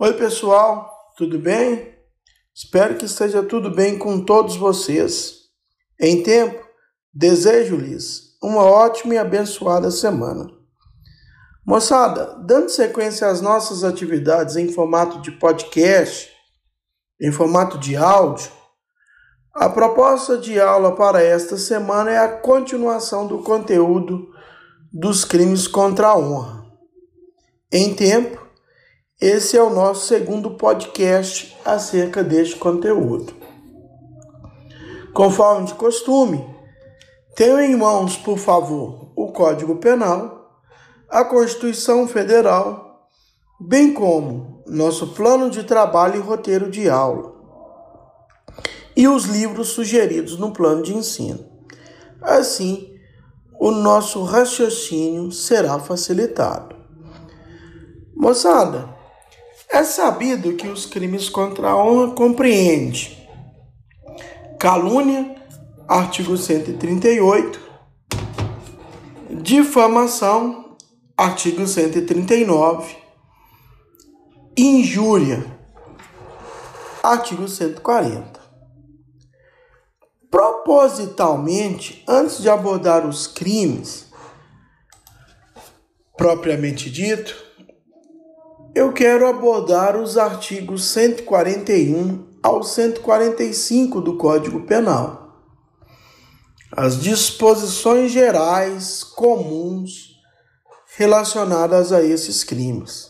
Oi pessoal, tudo bem? Espero que esteja tudo bem com todos vocês. Em tempo, desejo-lhes uma ótima e abençoada semana. Moçada, dando sequência às nossas atividades em formato de podcast, em formato de áudio, a proposta de aula para esta semana é a continuação do conteúdo dos crimes contra a honra. Em tempo, esse é o nosso segundo podcast acerca deste conteúdo. Conforme de costume, tenham em mãos, por favor, o Código Penal, a Constituição Federal, bem como nosso plano de trabalho e roteiro de aula, e os livros sugeridos no plano de ensino. Assim, o nosso raciocínio será facilitado. Moçada, é sabido que os crimes contra a honra compreendem calúnia, artigo 138, difamação, artigo 139, injúria, artigo 140. Propositalmente, antes de abordar os crimes propriamente dito, eu quero abordar os artigos 141 ao 145 do Código Penal. As disposições gerais comuns relacionadas a esses crimes.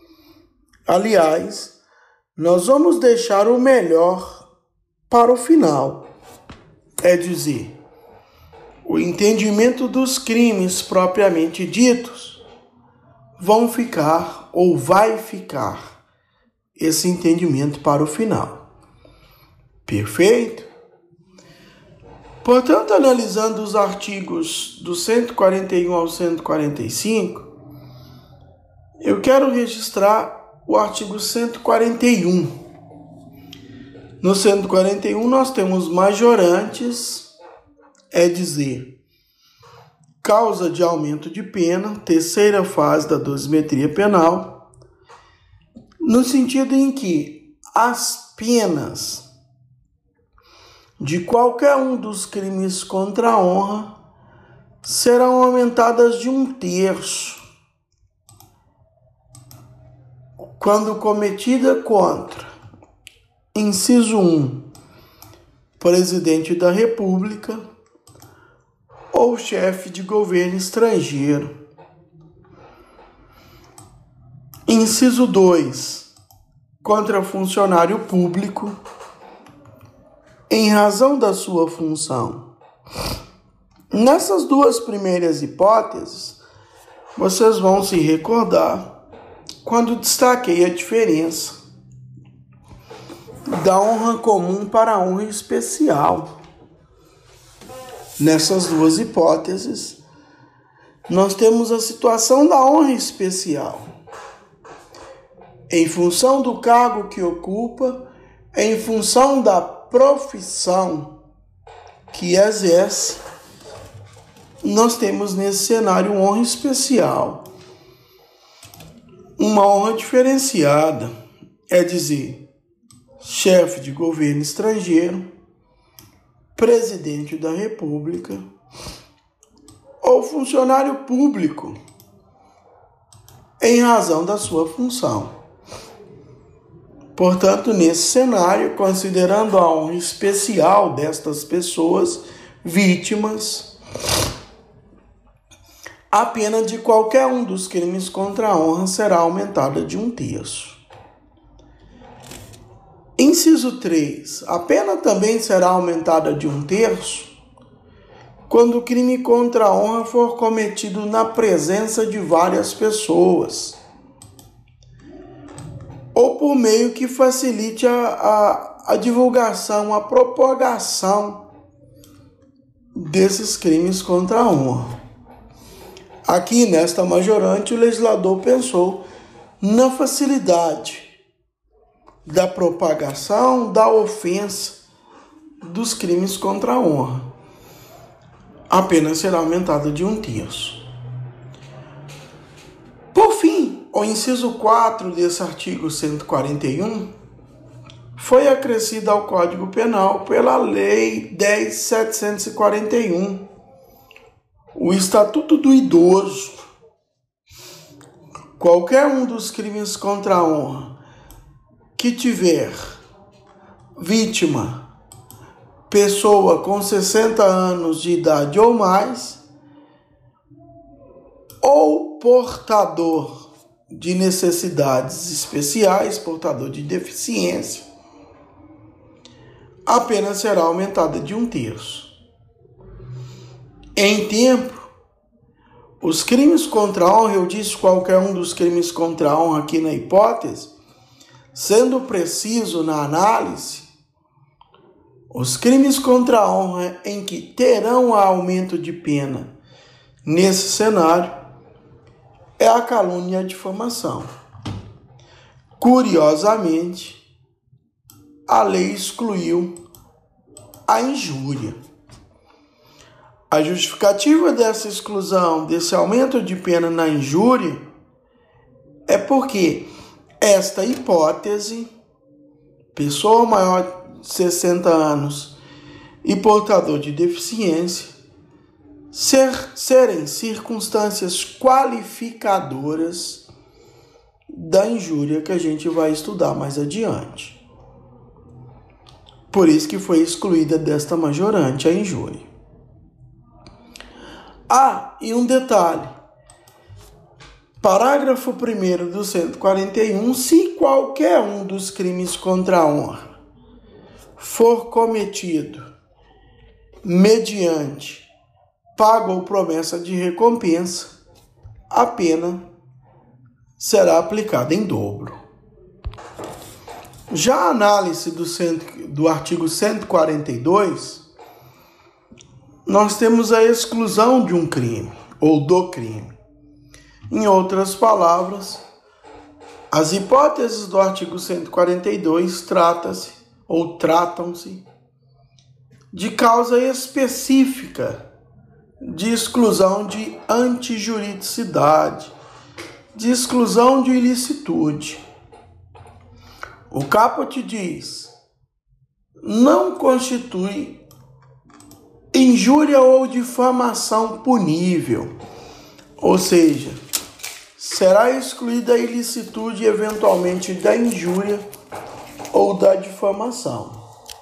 Aliás, nós vamos deixar o melhor para o final. É dizer, o entendimento dos crimes propriamente ditos vai ficar esse entendimento para o final. Perfeito? Portanto, analisando os artigos do 141 ao 145, eu quero registrar o artigo 141. No 141, nós temos majorantes, é dizer, causa de aumento de pena, terceira fase da dosimetria penal, no sentido em que as penas de qualquer um dos crimes contra a honra serão aumentadas de 1/3 quando cometida contra inciso 1, presidente da República ou chefe de governo estrangeiro. Inciso 2, contra funcionário público em razão da sua função. Nessas duas primeiras hipóteses, vocês vão se recordar quando destaquei a diferença da honra comum para a honra especial. Nessas duas hipóteses, nós temos a situação da honra especial. Em função do cargo que ocupa, em função da profissão que exerce, nós temos nesse cenário honra especial. Uma honra diferenciada, é dizer, chefe de governo estrangeiro, presidente da República ou funcionário público em razão da sua função. Portanto, nesse cenário, considerando a honra especial destas pessoas vítimas, a pena de qualquer um dos crimes contra a honra será aumentada de 1/3. Inciso 3. A pena também será aumentada de 1/3 quando o crime contra a honra for cometido na presença de várias pessoas ou por meio que facilite a divulgação, a propagação desses crimes contra a honra. Aqui, nesta majorante, o legislador pensou na facilidade da propagação da ofensa dos crimes contra a honra. A pena será aumentada de 1/3. Por fim, O inciso 4 desse artigo 141 foi acrescido ao Código Penal pela Lei 10.741, o Estatuto do Idoso. Qualquer um dos crimes contra a honra que tiver vítima pessoa com 60 anos de idade ou mais, ou portador de necessidades especiais, portador de deficiência, a pena será aumentada de 1/3. Em tempo, os crimes contra a honra, eu disse qualquer um dos crimes contra a honra aqui na hipótese, sendo preciso na análise, os crimes contra a honra em que terão aumento de pena nesse cenário é a calúnia e a difamação. Curiosamente, a lei excluiu a injúria. A justificativa dessa exclusão, desse aumento de pena na injúria, é porque esta hipótese, pessoa maior de 60 anos e portador de deficiência, serem circunstâncias qualificadoras da injúria que a gente vai estudar mais adiante. Por isso que foi excluída desta majorante a injúria. E um detalhe. Parágrafo 1º do 141, se qualquer um dos crimes contra a honra for cometido mediante pago ou promessa de recompensa, a pena será aplicada em dobro. Já a análise do artigo 142, nós temos a exclusão de um crime ou do crime. Em outras palavras, as hipóteses do artigo 142 tratam-se de causa específica de exclusão de antijuridicidade, de exclusão de ilicitude. O caput diz: não constitui injúria ou difamação punível, ou seja, será excluída a ilicitude eventualmente da injúria ou da difamação.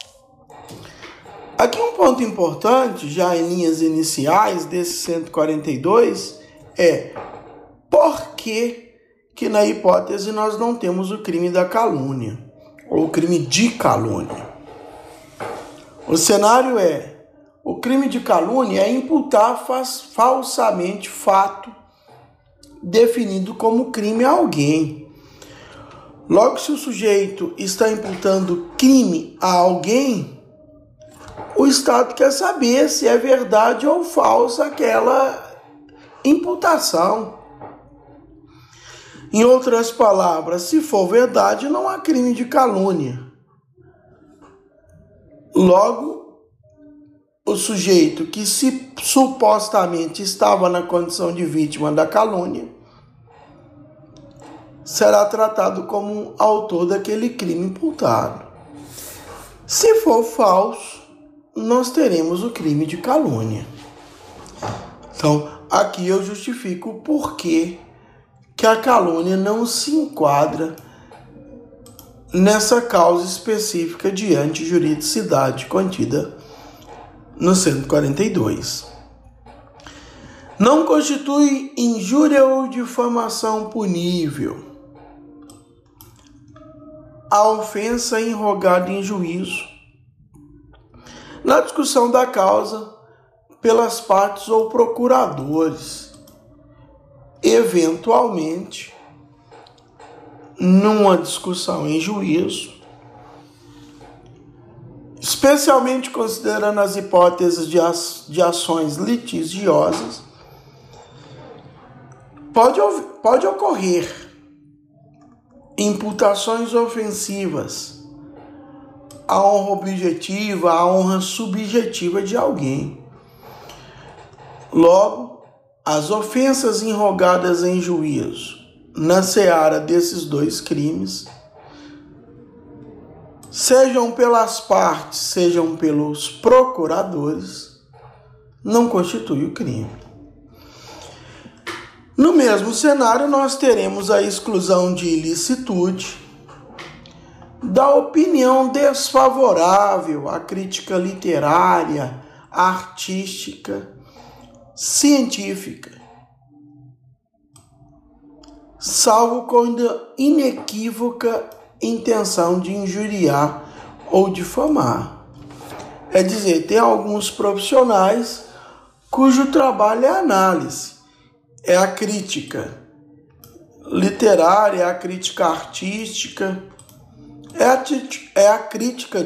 Aqui um ponto importante, já em linhas iniciais desse 142, é por que na hipótese nós não temos o crime da calúnia, ou o crime de calúnia. O cenário o crime de calúnia é imputar falsamente fato definido como crime a alguém. Logo, se o sujeito está imputando crime a alguém, o Estado quer saber se é verdade ou falsa aquela imputação. Em outras palavras, se for verdade, não há crime de calúnia. Logo, o sujeito que supostamente estava na condição de vítima da calúnia será tratado como autor daquele crime imputado. Se for falso, nós teremos o crime de calúnia. Então, aqui eu justifico o porquê que a calúnia não se enquadra nessa causa específica de antijuridicidade contida no 142. Não constitui injúria ou difamação punível a ofensa irrogada em juízo na discussão da causa pelas partes ou procuradores, eventualmente, numa discussão em juízo, especialmente considerando as hipóteses de ações litigiosas, pode ocorrer imputações ofensivas à honra objetiva, à honra subjetiva de alguém. Logo, as ofensas irrogadas em juízo na seara desses dois crimes, sejam pelas partes, sejam pelos procuradores, não constitui o crime. No mesmo cenário, nós teremos a exclusão de ilicitude da opinião desfavorável à crítica literária, artística, científica, salvo quando inequívoca intenção de injuriar ou difamar. É dizer, tem alguns profissionais cujo trabalho é a análise, é a crítica literária, é a crítica artística, é a crítica,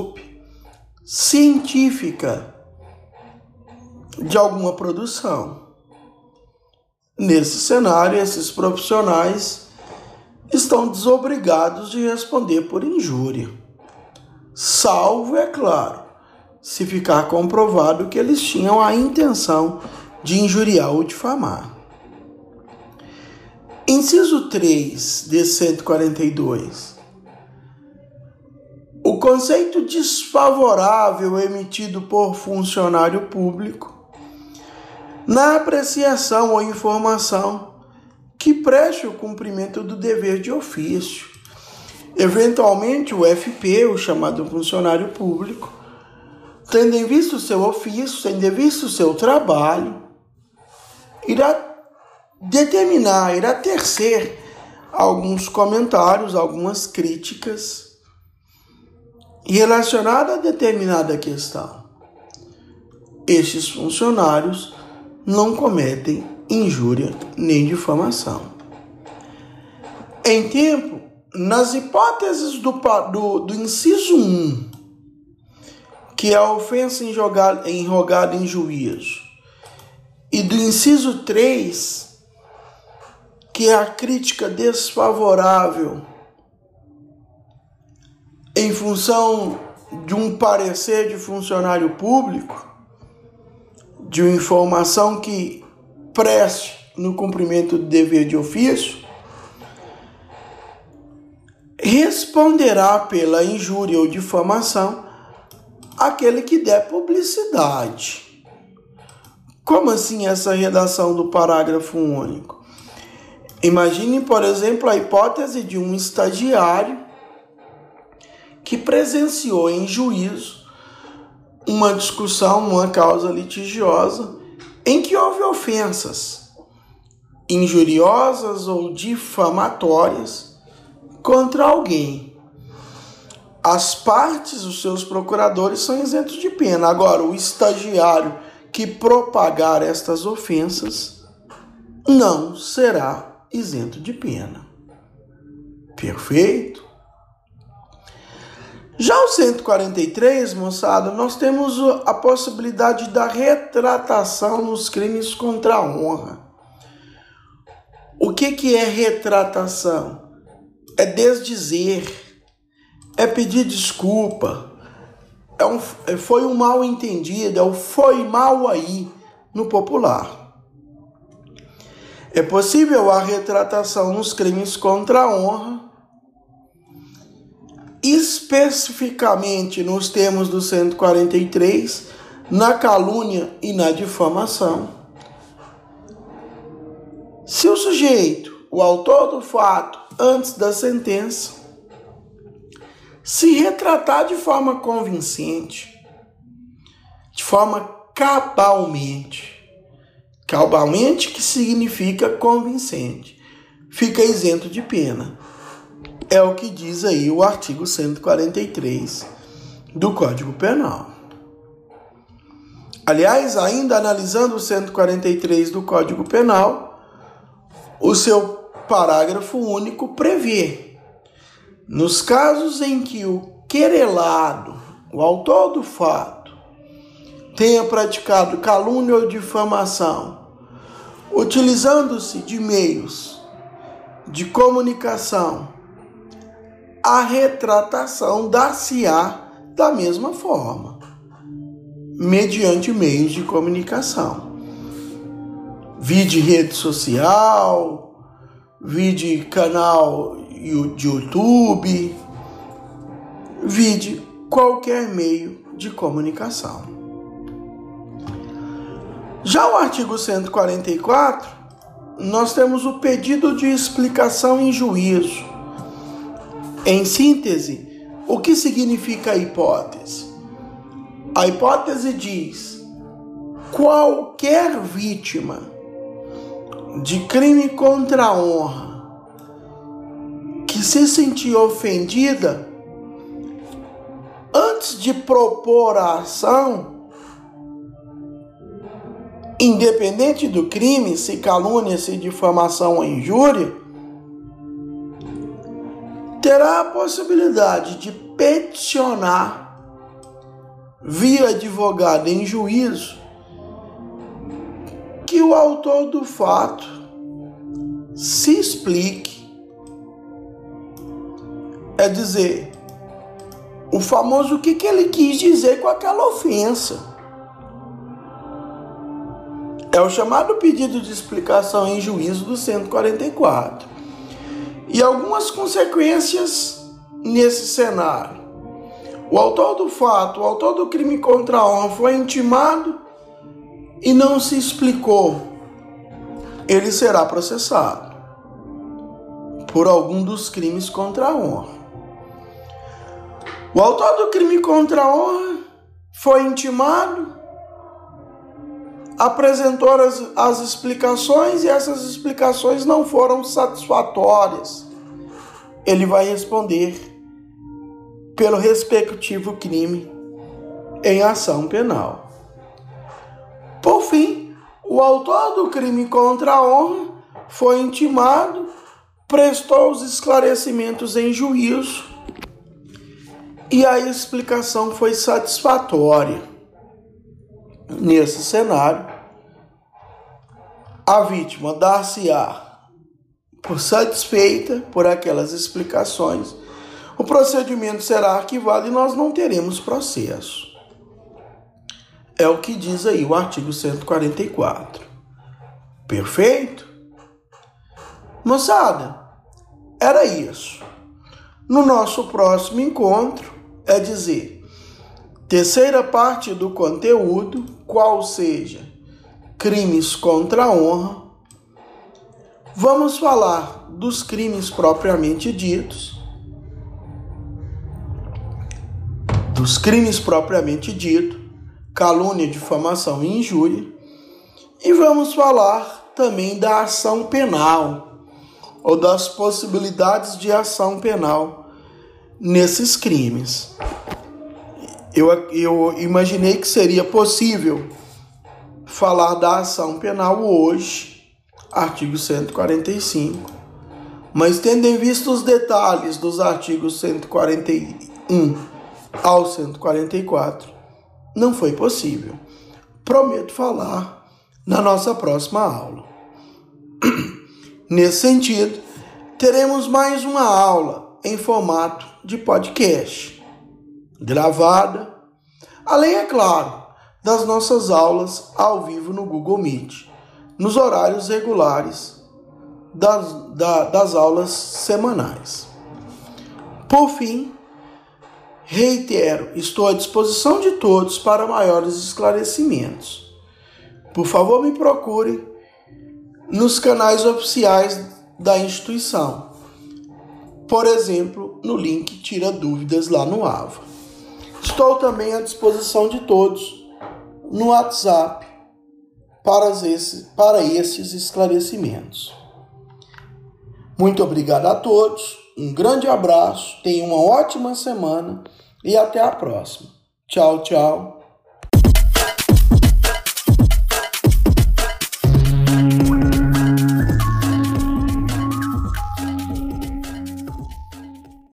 científica de alguma produção. Nesse cenário, esses profissionais estão desobrigados de responder por injúria, salvo, é claro, se ficar comprovado que eles tinham a intenção de injuriar ou difamar. Inciso 3 de 142. O conceito desfavorável emitido por funcionário público na apreciação ou informação que preste o cumprimento do dever de ofício. Eventualmente, o FP, o chamado funcionário público, tendo em vista o seu ofício, tendo em vista o seu trabalho, irá tecer alguns comentários, algumas críticas relacionadas a determinada questão. Estes funcionários não cometem injúria nem difamação. Em tempo, nas hipóteses do inciso 1, que é a ofensa enrogada em juízo, e do inciso 3, que é a crítica desfavorável em função de um parecer de funcionário público, de uma informação que preste no cumprimento do dever de ofício, responderá pela injúria ou difamação aquele que der publicidade. Como assim essa redação do parágrafo único? Imagine, por exemplo, a hipótese de um estagiário que presenciou em juízo uma discussão, uma causa litigiosa, em que houve ofensas injuriosas ou difamatórias contra alguém. As partes, os seus procuradores, são isentos de pena. Agora, o estagiário que propagar estas ofensas não será isento de pena. Perfeito? Já o 143, moçada, nós temos a possibilidade da retratação nos crimes contra a honra. O que é retratação? É desdizer, é pedir desculpa, foi um mal entendido, é o foi mal aí no popular. É possível a retratação nos crimes contra a honra, especificamente nos termos do 143, na calúnia e na difamação. Se o sujeito, o autor do fato, antes da sentença, se retratar de forma convincente, de forma cabalmente, que significa convincente, fica isento de pena. É o que diz aí o artigo 143 do Código Penal. Aliás, ainda analisando o 143 do Código Penal, o seu parágrafo único prevê, nos casos em que o querelado, o autor do fato, tenha praticado calúnia ou difamação, utilizando-se de meios de comunicação, a retratação dar-se-á da mesma forma, mediante meios de comunicação. Vide rede social, vide canal de YouTube, vide qualquer meio de comunicação. Já o artigo 144, nós temos o pedido de explicação em juízo. Em síntese, o que significa a hipótese? A hipótese diz: qualquer vítima de crime contra a honra que se sentir ofendida, antes de propor a ação, independente do crime, se calúnia, se difamação ou injúria, terá a possibilidade de peticionar via advogado em juízo que o autor do fato se explique. É dizer, o famoso o que ele quis dizer com aquela ofensa. É o chamado pedido de explicação em juízo do 144. E algumas consequências nesse cenário. O autor do fato, o autor do crime contra a honra foi intimado e não se explicou. Ele será processado por algum dos crimes contra a honra. O autor do crime contra a honra foi intimado, apresentou as explicações e essas explicações não foram satisfatórias. Ele vai responder pelo respectivo crime em ação penal. Por fim, o autor do crime contra a honra foi intimado, prestou os esclarecimentos em juízo e a explicação foi satisfatória. Nesse cenário, a vítima dar-se-á por satisfeita por aquelas explicações, o procedimento será arquivado e nós não teremos processo. É o que diz aí o artigo 144. Perfeito? Moçada, era isso. No nosso próximo encontro, é dizer, terceira parte do conteúdo, qual seja crimes contra a honra. Vamos falar dos crimes propriamente ditos, calúnia, difamação e injúria, e vamos falar também da ação penal, ou das possibilidades de ação penal nesses crimes. Eu imaginei que seria possível falar da ação penal hoje, artigo 145, mas tendo em vista os detalhes dos artigos 141 ao 144, não foi possível. Prometo falar na nossa próxima aula. Nesse sentido, teremos mais uma aula em formato de podcast, gravada, além, é claro, das nossas aulas ao vivo no Google Meet, nos horários regulares das aulas semanais. Por fim, reitero, estou à disposição de todos para maiores esclarecimentos. Por favor, me procure nos canais oficiais da instituição. Por exemplo, no link Tira Dúvidas lá no AVA. Estou também à disposição de todos no WhatsApp para esses esclarecimentos. Muito obrigado a todos, um grande abraço, tenham uma ótima semana e até a próxima. Tchau, tchau.